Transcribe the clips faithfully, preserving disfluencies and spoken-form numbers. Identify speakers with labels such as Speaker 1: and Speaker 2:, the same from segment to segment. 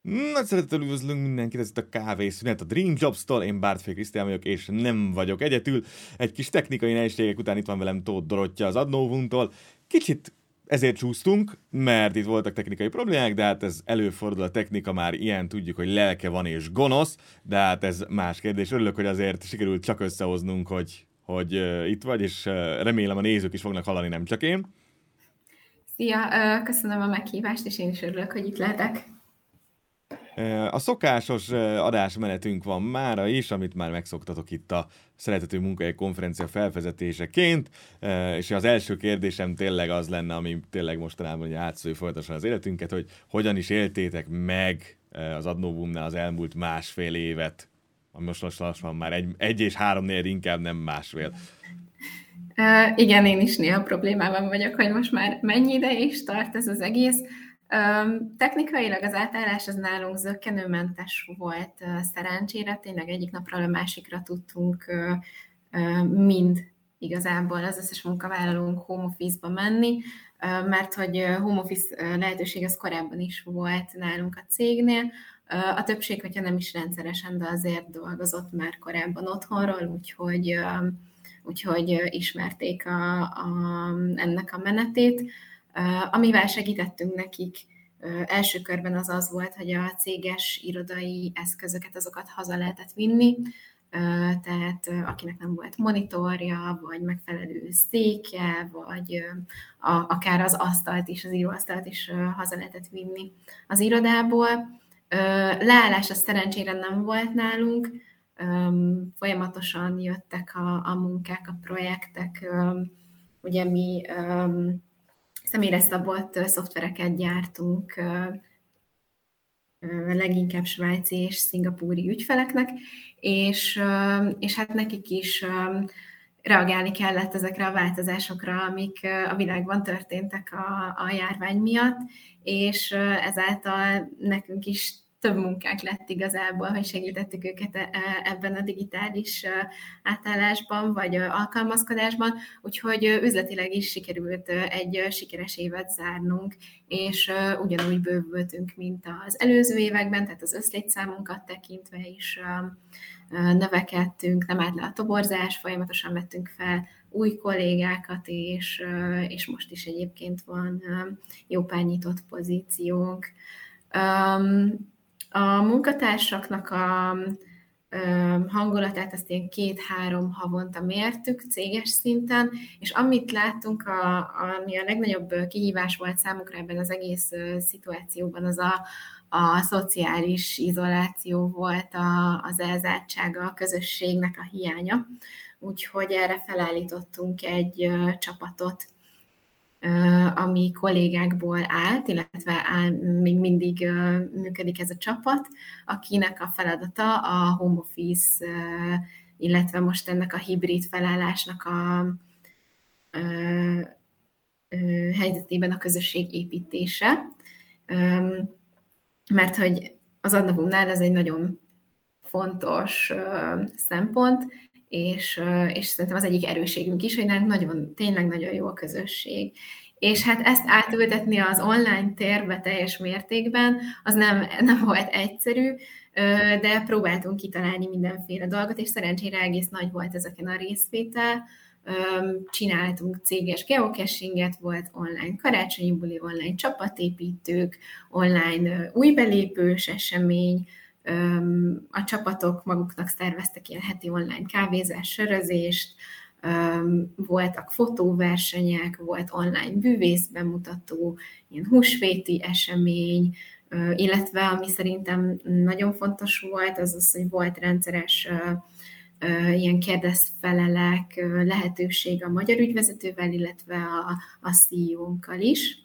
Speaker 1: Nagy szeretettel üdvözlünk mindenkit, ez itt a kávészünet a Dream Jobs-tól, én Bártfé Krisztián vagyok, és nem vagyok egyedül. Egy kis technikai nehézségek után itt van velem Tóth Dorottya az Adnovum-tól. Kicsit ezért csúsztunk, mert itt voltak technikai problémák, de hát ez előfordul, a technika már ilyen, tudjuk, hogy lelke van és gonosz, de hát ez más kérdés. Örülök, hogy azért sikerült csak összehoznunk, hogy, hogy uh, itt vagy, és uh, remélem a nézők is fognak hallani, nem csak én.
Speaker 2: Szia, köszönöm a meghívást, és én is örülök, hogy itt lehetek.
Speaker 1: A szokásos adásmenetünk van mára is, amit már megszoktatok itt a Szeretető Munkahely Konferencia felvezetéseként, és az első kérdésem tényleg az lenne, ami tényleg mostanában átszői folyamatosan az életünket, hogy hogyan is éltétek meg az Adnovumnál az elmúlt másfél évet, ami most lassan már egy, egy és három négy, inkább nem másfél.
Speaker 2: Uh, igen, én is néha problémában vagyok, hogy most már mennyi ideje is tart ez az egész. Um, technikailag az átállás az nálunk zökkenőmentes volt uh, szerencsére, tényleg egyik napról a másikra tudtunk uh, uh, mind igazából az összes munkavállalónk home office-ba menni, uh, mert hogy uh, home office uh, lehetőség az korábban is volt nálunk a cégnél. Uh, a többség, hogyha nem is rendszeresen, de azért dolgozott már korábban otthonról, úgyhogy, uh, úgyhogy uh, ismerték a, a, ennek a menetét. Uh, amivel segítettünk nekik uh, első körben az az volt, hogy a céges irodai eszközöket, azokat haza lehetett vinni, uh, tehát uh, akinek nem volt monitorja, vagy megfelelő széke, vagy uh, a, akár az asztalt is, az íróasztalt is uh, haza lehetett vinni az irodából. Uh, leállás az szerencsére nem volt nálunk, um, folyamatosan jöttek a, a munkák, a projektek, um, ugye mi um, személyre szabott szoftvereket gyártunk leginkább svájci és szingapúri ügyfeleknek, és, és hát nekik is reagálni kellett ezekre a változásokra, amik a világban történtek a, a járvány miatt, és ezáltal nekünk is több munkánk lett igazából, hogy segítettük őket ebben a digitális átállásban, vagy alkalmazkodásban, úgyhogy üzletileg is sikerült egy sikeres évet zárnunk, és ugyanúgy bővültünk, mint az előző években, tehát az összlétszámunkat tekintve is növekedtünk, nem állt le a toborzás, folyamatosan vettünk fel új kollégákat, és, és most is egyébként van jó pár nyitott pozíciónk. A munkatársaknak a hangulatát azt ilyen két-három havonta mértük céges szinten, és amit láttunk, a, ami a legnagyobb kihívás volt számukra ebben az egész szituációban, az a, a szociális izoláció volt, a, az elzártsága, a közösségnek a hiánya. Úgyhogy erre felállítottunk egy csapatot, ami kollégákból állt, illetve áll, még mindig működik ez a csapat, akinek a feladata a home office, illetve most ennek a hibrid felállásnak a helyzetében a közösség építése. Mert hogy az Adnovumnál ez egy nagyon fontos szempont, és, és szerintem az egyik erősségünk is, hogy nagyon, tényleg nagyon jó a közösség. És hát ezt átültetni az online térbe teljes mértékben, az nem, nem volt egyszerű, de próbáltunk kitalálni mindenféle dolgot, és szerencsére egész nagy volt ezeken a részvétel. Csináltunk céges geocachinget, volt online karácsonyi buli, online csapatépítők, online új belépős esemény, a csapatok maguknak szerveztek ilyen heti online kávézás, sörözést, voltak fotóversenyek, volt online bűvészbemutató, ilyen húsvéti esemény, illetve ami szerintem nagyon fontos volt, az az, hogy volt rendszeres ilyen kérdezfelelek lehetőség a magyar ügyvezetővel, illetve a, a cé e ó-nkkal is.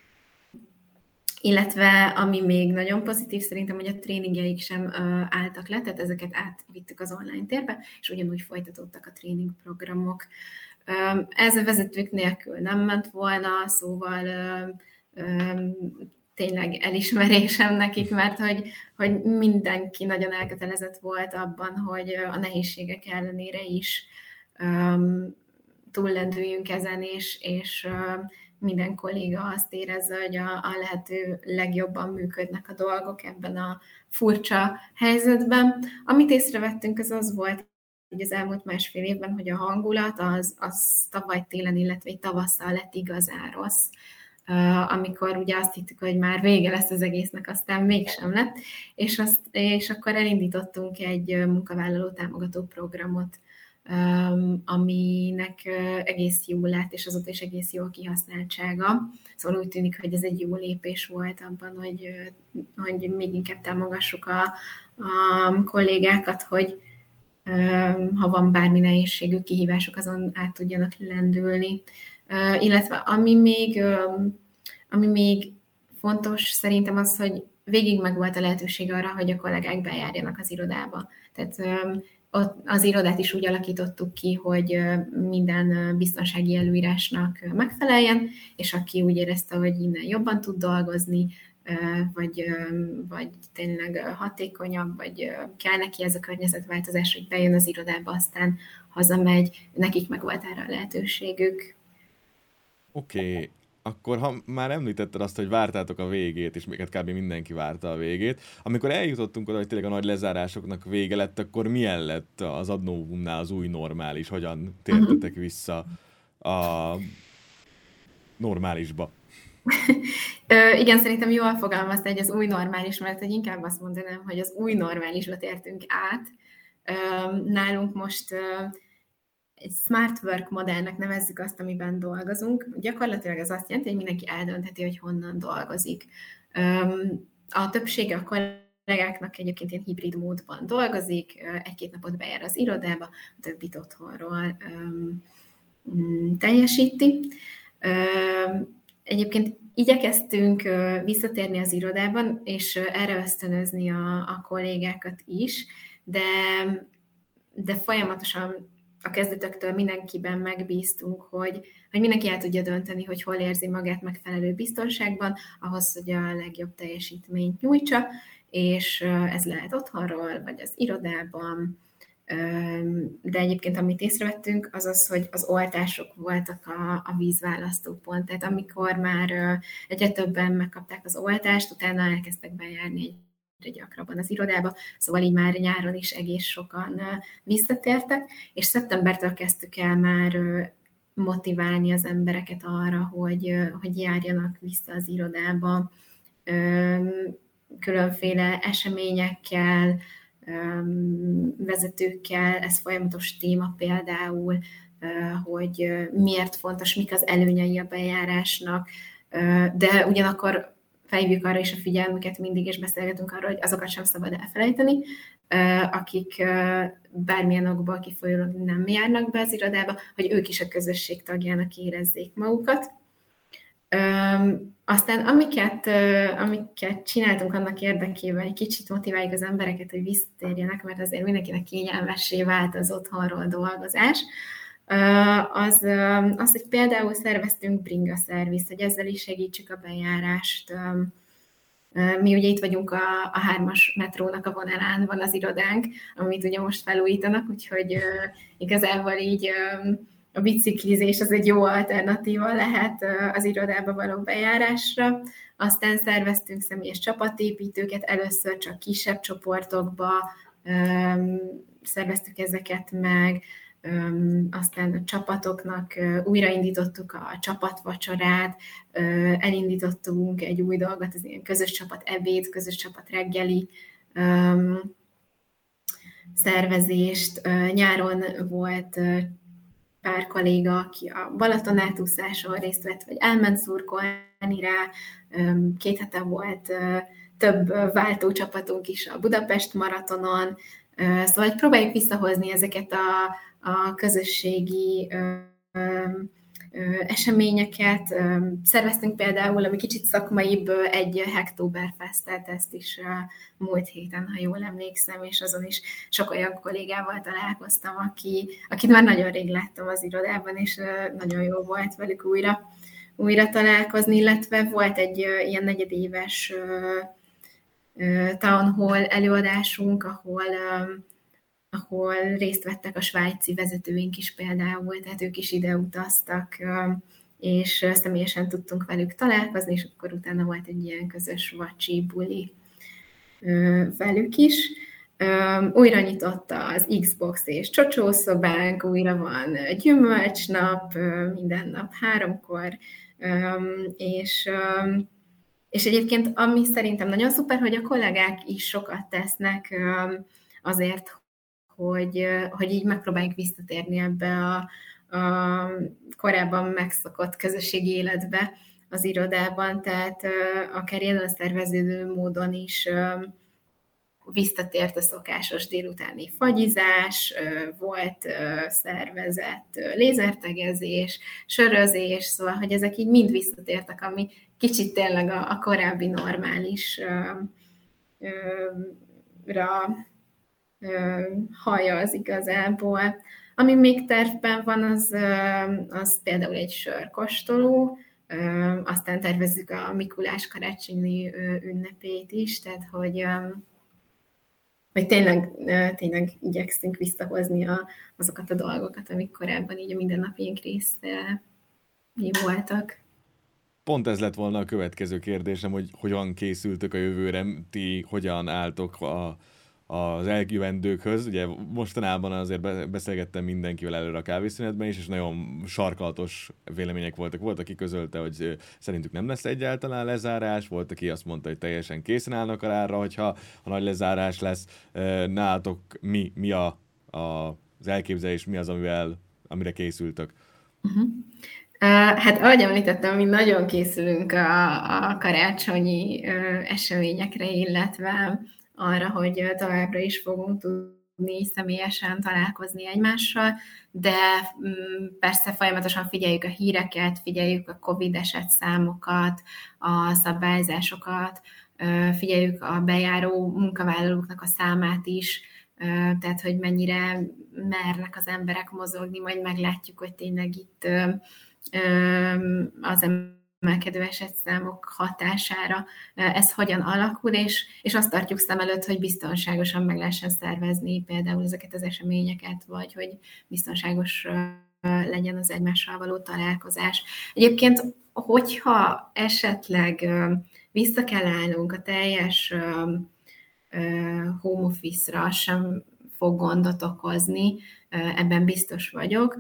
Speaker 2: Illetve ami még nagyon pozitív szerintem, hogy a tréningjeik sem uh, álltak le, tehát ezeket átvittük az online térbe, és ugyanúgy folytatódtak a tréningprogramok. Um, ez a vezetők nélkül nem ment volna, szóval uh, um, tényleg elismerésem nekik, mert hogy, hogy mindenki nagyon elkötelezett volt abban, hogy a nehézségek ellenére is um, túllendüljünk ezen, és, és uh, minden kolléga azt érezze, hogy a, a lehető legjobban működnek a dolgok ebben a furcsa helyzetben. Amit észrevettünk, az az volt, hogy az elmúlt másfél évben, hogy a hangulat az, az tavaly télen, illetve tavasszal lett igazán rossz. Uh, amikor ugye azt hittük, hogy már vége lesz az egésznek, aztán mégsem lett, és, azt, és akkor elindítottunk egy munkavállaló támogató programot, um, aminek uh, egész jó lett, és azóta is egész jó a kihasználtsága. Szóval úgy tűnik, hogy ez egy jó lépés volt abban, hogy, uh, hogy még inkább támogassuk a, a kollégákat, hogy um, ha van bármi nehézségük, kihívások, azon át tudjanak lendülni. Uh, illetve ami még, um, ami még fontos szerintem az, hogy végig meg volt a lehetőség arra, hogy a kollégák bejárjanak az irodába. Tehát um, ott az irodát is úgy alakítottuk ki, hogy uh, minden uh, biztonsági előírásnak uh, megfeleljen, és aki úgy érezte, hogy innen jobban tud dolgozni, uh, vagy, um, vagy tényleg uh, hatékonyabb, vagy uh, kell neki ez a környezetváltozás, hogy bejön az irodába, aztán hazamegy, nekik meg volt erre a lehetőségük.
Speaker 1: Oké, okay. Akkor ha már említetted azt, hogy vártátok a végét, és még kb. Mindenki várta a végét, amikor eljutottunk oda, hogy tényleg a nagy lezárásoknak vége lett, akkor milyen lett az Ad Novumnál az új normális? Hogyan tértetek uh-huh. vissza a normálisba?
Speaker 2: Ö, igen, szerintem jól fogalmazta, hogy az új normális, mert hogy inkább azt mondanám, hogy az új normálisba tértünk át. Ö, nálunk most... Ö, egy smart work modellnek nevezzük azt, amiben dolgozunk. Gyakorlatilag ez azt jelenti, hogy mindenki eldöntheti, hogy honnan dolgozik. A többsége a kollégáknak egyébként ilyen hibrid módban dolgozik, egy-két napot bejár az irodába, a többit otthonról teljesíti. Egyébként igyekeztünk visszatérni az irodában, és erre ösztönözni a, a kollégákat is, de, de folyamatosan a kezdetektől mindenkiben megbíztunk, hogy, hogy mindenki el tudja dönteni, hogy hol érzi magát megfelelő biztonságban, ahhoz, hogy a legjobb teljesítményt nyújtsa, és ez lehet otthonról, vagy az irodában. De egyébként, amit észrevettünk, az az, hogy az oltások voltak a, a vízválasztó pont. Tehát amikor már egyre többen megkapták az oltást, utána elkezdtek bejárni egyre gyakrabban az irodába, szóval így már nyáron is egész sokan visszatértek, és szeptembertől kezdtük el már motiválni az embereket arra, hogy, hogy járjanak vissza az irodába különféle eseményekkel, vezetőkkel, ez folyamatos téma például, hogy miért fontos, mik az előnyei a bejárásnak, de ugyanakkor felhívjuk arra is a figyelmüket mindig, és beszélgetünk arról, hogy azokat sem szabad elfelejteni, akik bármilyen okból kifolyólag nem járnak be az irodába, hogy ők is a közösség tagjának érezzék magukat. Aztán amiket, amiket csináltunk annak érdekében, hogy kicsit motiváljuk az embereket, hogy visszatérjenek, mert azért mindenkinek kényelmessé vált az otthonról dolgozás, az, az, hogy például szerveztünk bringa szervizt, hogy ezzel is segítsük a bejárást. Mi ugye itt vagyunk a, a hármas metrónak a vonalán, van az irodánk, amit ugye most felújítanak, úgyhogy igazából így a biciklizés az egy jó alternatíva lehet az irodába való bejárásra. Aztán szerveztünk személyes csapatépítőket, először csak kisebb csoportokba szerveztük ezeket meg, aztán a csapatoknak újraindítottuk a csapatvacsorát, elindítottunk egy új dolgot, az ilyen közös csapat ebéd, közös csapat reggeli szervezést. Nyáron volt pár kolléga, aki a Balaton átúszáson részt vett, vagy elment szurkolni rá. Két hete volt több váltócsapatunk is a Budapest maratonon. Szóval próbáljuk visszahozni ezeket a, a közösségi ö, ö, eseményeket. Szerveztünk például, ami kicsit szakmaibb, egy Hacktoberfestet, ezt is múlt héten, ha jól emlékszem, és azon is sok olyan kollégával találkoztam, aki, akit már nagyon rég láttam az irodában, és nagyon jó volt velük újra, újra találkozni, illetve volt egy ilyen negyedéves town hall előadásunk, ahol, ahol részt vettek a svájci vezetőink is például, tehát ők is ide utaztak, és személyesen tudtunk velük találkozni, és akkor utána volt egy ilyen közös vacsi buli velük is. Újra nyitotta az Xbox és csocsószobánk, újra van gyümölcsnap, minden nap háromkor, és, és egyébként ami szerintem nagyon szuper, hogy a kollégák is sokat tesznek azért, hogy, hogy így megpróbáljuk visszatérni ebbe a, a korábban megszokott közösségi életbe az irodában, tehát akár jelen szerveződő módon is visszatért a szokásos délutáni fagyizás, volt szervezett lézertegezés, sörözés, szóval, hogy ezek így mind visszatértek, ami kicsit tényleg a, a korábbi normálisra hallja az igazából. Ami még tervben van, az, az például egy sörkóstoló, aztán tervezzük a Mikulás karácsonyi ünnepét is, tehát hogy hogy tényleg, tényleg igyekszünk visszahozni a, azokat a dolgokat, amik korábban így a mindennapjaink része voltak.
Speaker 1: Pont ez lett volna a következő kérdésem, hogy hogyan készültök a jövőre, ti hogyan álltok a, az eljövendőkhöz. Ugye mostanában azért beszélgettem mindenkivel előre a kávészünetben is, és nagyon sarkalatos vélemények voltak. Volt, aki közölte, hogy szerintük nem lesz egyáltalán lezárás, volt, aki azt mondta, hogy teljesen készen állnak arra, hogyha a nagy lezárás lesz. Nálatok mi, mi a, a, az elképzelés, mi az, amivel, amire készültök?
Speaker 2: Uh-huh. Hát ahogy említettem, mi nagyon készülünk a, a karácsonyi eseményekre, illetve arra, hogy továbbra is fogunk tudni személyesen találkozni egymással, de persze folyamatosan figyeljük a híreket, figyeljük a Covid esetszámokat, a szabályzásokat, figyeljük a bejáró munkavállalóknak a számát is, tehát hogy mennyire mernek az emberek mozogni, majd meglátjuk, hogy tényleg itt az emelkedő esetszámok hatására ez hogyan alakul, és, és azt tartjuk szem előtt, hogy biztonságosan meg lehessen szervezni például ezeket az eseményeket, vagy hogy biztonságos legyen az egymással való találkozás. Egyébként, hogyha esetleg vissza kell állnunk a teljes home office-ra, sem fog gondot okozni, ebben biztos vagyok,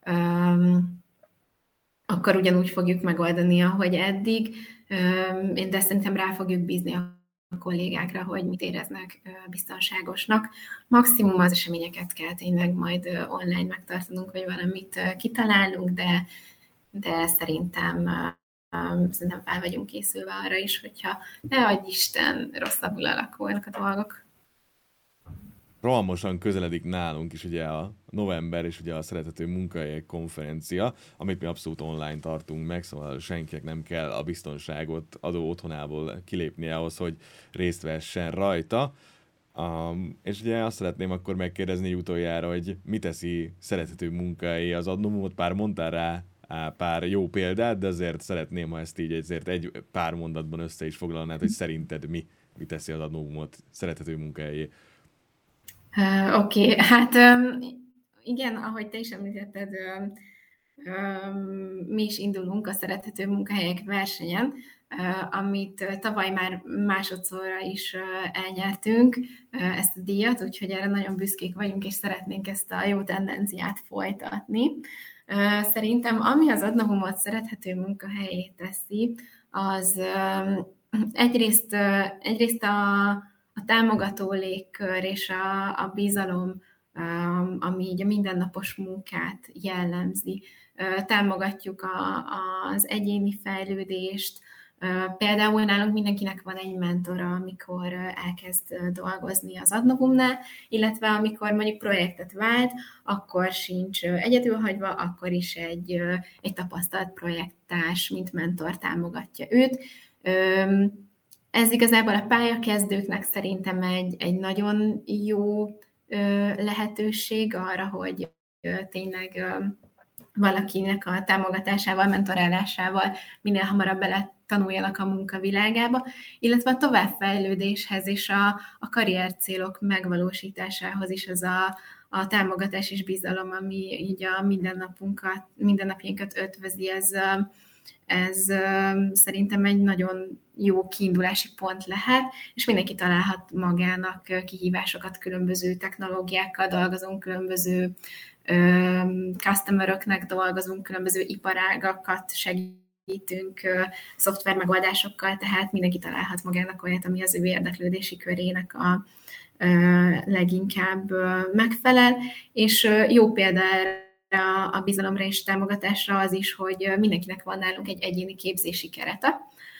Speaker 2: akkor ugyanúgy fogjuk megoldani, ahogy eddig, de szerintem rá fogjuk bízni a kollégákra, hogy mit éreznek biztonságosnak. Maximum az eseményeket kell tényleg majd online megtartanunk, vagy valamit kitalálunk, de, de szerintem, szerintem fel vagyunk készülve arra is, hogyha ne adj Isten, rosszabbul alakulnak a dolgok.
Speaker 1: Rohamosan közeledik nálunk is ugye a november és ugye a Szerethető Munkahelyek konferencia, amit mi abszolút online tartunk meg, szóval senkinek nem kell a biztonságot adó otthonából kilépnie ahhoz, hogy részt vessen rajta. Um, és ugye azt szeretném akkor megkérdezni utoljára, hogy mi teszi Szerethető Munkahely az Adnovumot, pár mondtál rá pár jó példát, de azért szeretném, ha ezt így ezért egy pár mondatban össze is foglalnád, hogy szerinted mi, mi teszi az Adnovumot Szerethető Munkahelyé.
Speaker 2: Uh, Oké, okay. hát um, igen, ahogy te is említetted, um, um, mi is indulunk a Szerethető Munkahelyek versenyen, uh, amit uh, tavaly már másodszorra is uh, elnyertünk uh, ezt a díjat, úgyhogy erre nagyon büszkék vagyunk, és szeretnénk ezt a jó tendenciát folytatni. Uh, szerintem, ami az Adnovumot Szerethető Munkahelyé teszi, az um, egyrészt, uh, egyrészt a a támogató légkör és a, a bizalom, ami így a mindennapos munkát jellemzi. Támogatjuk a, az egyéni fejlődést. Például nálunk mindenkinek van egy mentora, amikor elkezd dolgozni az Adnovumnál, illetve amikor mondjuk projektet vált, akkor sincs egyedül hagyva, akkor is egy, egy tapasztalt projekttárs, mint mentor támogatja őt. Ez igazából a pályakezdőknek szerintem egy, egy nagyon jó lehetőség arra, hogy tényleg valakinek a támogatásával, mentorálásával minél hamarabb bele tanuljanak a munkavilágába, illetve a továbbfejlődéshez és a, a karriercélok megvalósításához is ez a, a támogatás és bizalom, ami így a mindennapunkat, mindennapjainkat ötvözi, ez, ez szerintem egy nagyon jó kiindulási pont lehet, és mindenki találhat magának kihívásokat, különböző technológiákkal dolgozunk, különböző customeröknek dolgozunk, különböző iparágakat segítünk szoftvermegoldásokkal, tehát mindenki találhat magának olyat, ami az ő érdeklődési körének a leginkább megfelel, és jó példa a bizalomra és támogatásra az is, hogy mindenkinek van nálunk egy egyéni képzési kerete.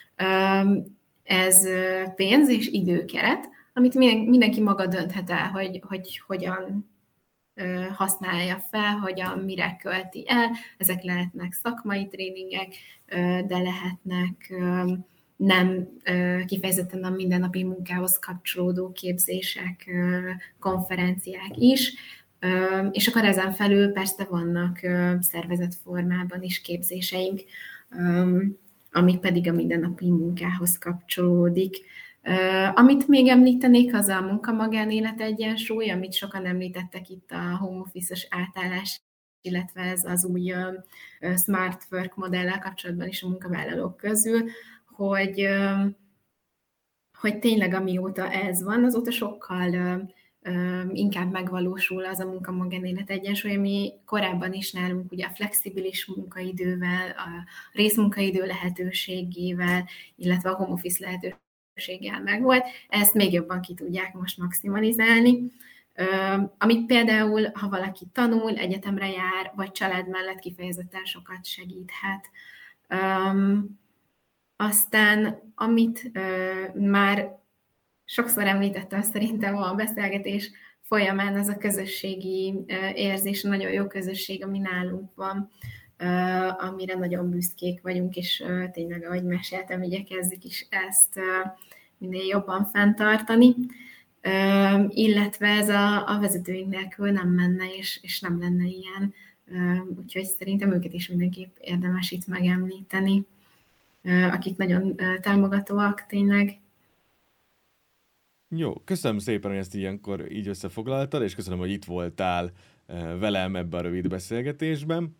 Speaker 2: Ez pénz és időkeret, amit mindenki maga dönthet el, hogy, hogy hogyan használja fel, hogyan, mire költi el. Ezek lehetnek szakmai tréningek, de lehetnek nem kifejezetten a mindennapi munkához kapcsolódó képzések, konferenciák is. És akkor ezen felül persze vannak szervezett formában is képzéseink, ami pedig a mindennapi munkához kapcsolódik. Amit még említenék, az a munka-magánélet egyensúly, amit sokan említettek itt a home office-os átállás, illetve ez az új smart work modellel kapcsolatban is a munkavállalók közül, hogy, hogy tényleg amióta ez van, azóta sokkal inkább megvalósul az a munka-magánélet egyensúly, ami korábban is nálunk ugye a flexibilis munkaidővel, a részmunkaidő lehetőségével, illetve a home office lehetőséggel megvolt. Ezt még jobban ki tudják most maximalizálni. Amit például, ha valaki tanul, egyetemre jár, vagy család mellett kifejezetten sokat segíthet. Aztán, amit már sokszor említettem szerintem a beszélgetés folyamán, az a közösségi érzés, nagyon jó közösség, ami nálunk van, amire nagyon büszkék vagyunk, és tényleg, ahogy meséltem, igyekezzük is ezt minél jobban fenntartani, illetve ez a, a vezetőink nélkül nem menne, és, és nem lenne ilyen, úgyhogy szerintem őket is mindenképp érdemes itt megemlíteni, akik nagyon támogatóak tényleg.
Speaker 1: Jó, köszönöm szépen, hogy ezt ilyenkor így összefoglaltad, és köszönöm, hogy itt voltál velem ebben a rövid beszélgetésben.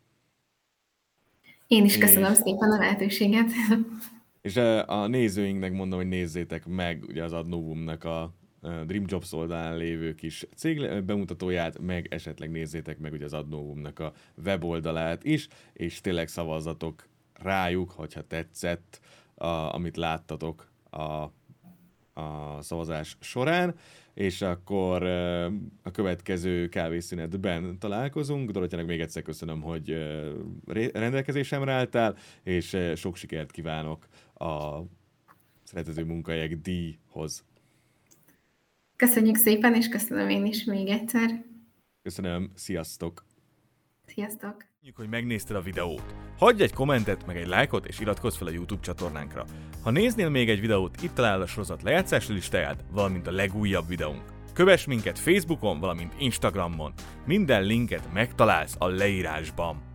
Speaker 2: Én is köszönöm és... szépen a lehetőséget.
Speaker 1: És a nézőinknek mondom, hogy nézzétek meg ugye az Adnovumnak a Dream Jobs oldalán lévő kis cég bemutatóját, meg esetleg nézzétek meg ugye az Adnovumnak a weboldalát is, és tényleg szavazzatok rájuk, hogyha tetszett, a, amit láttatok a a szavazás során, és akkor a következő kávészünetben találkozunk. Dorottyának még egyszer köszönöm, hogy rendelkezésemre álltál, és sok sikert kívánok a Szeretező Munkahelyek díjhoz.
Speaker 2: Köszönjük szépen, és köszönöm én is még egyszer.
Speaker 1: Köszönöm, sziasztok!
Speaker 2: Sziasztok!
Speaker 1: Köszönjük, hogy megnézted a videót. Hagyj egy kommentet, meg egy lájkot, és iratkozz fel a YouTube csatornánkra. Ha néznél még egy videót, itt találod a sorozat lejátszási listáját, valamint a legújabb videónk. Kövess minket Facebookon, valamint Instagramon. Minden linket megtalálsz a leírásban.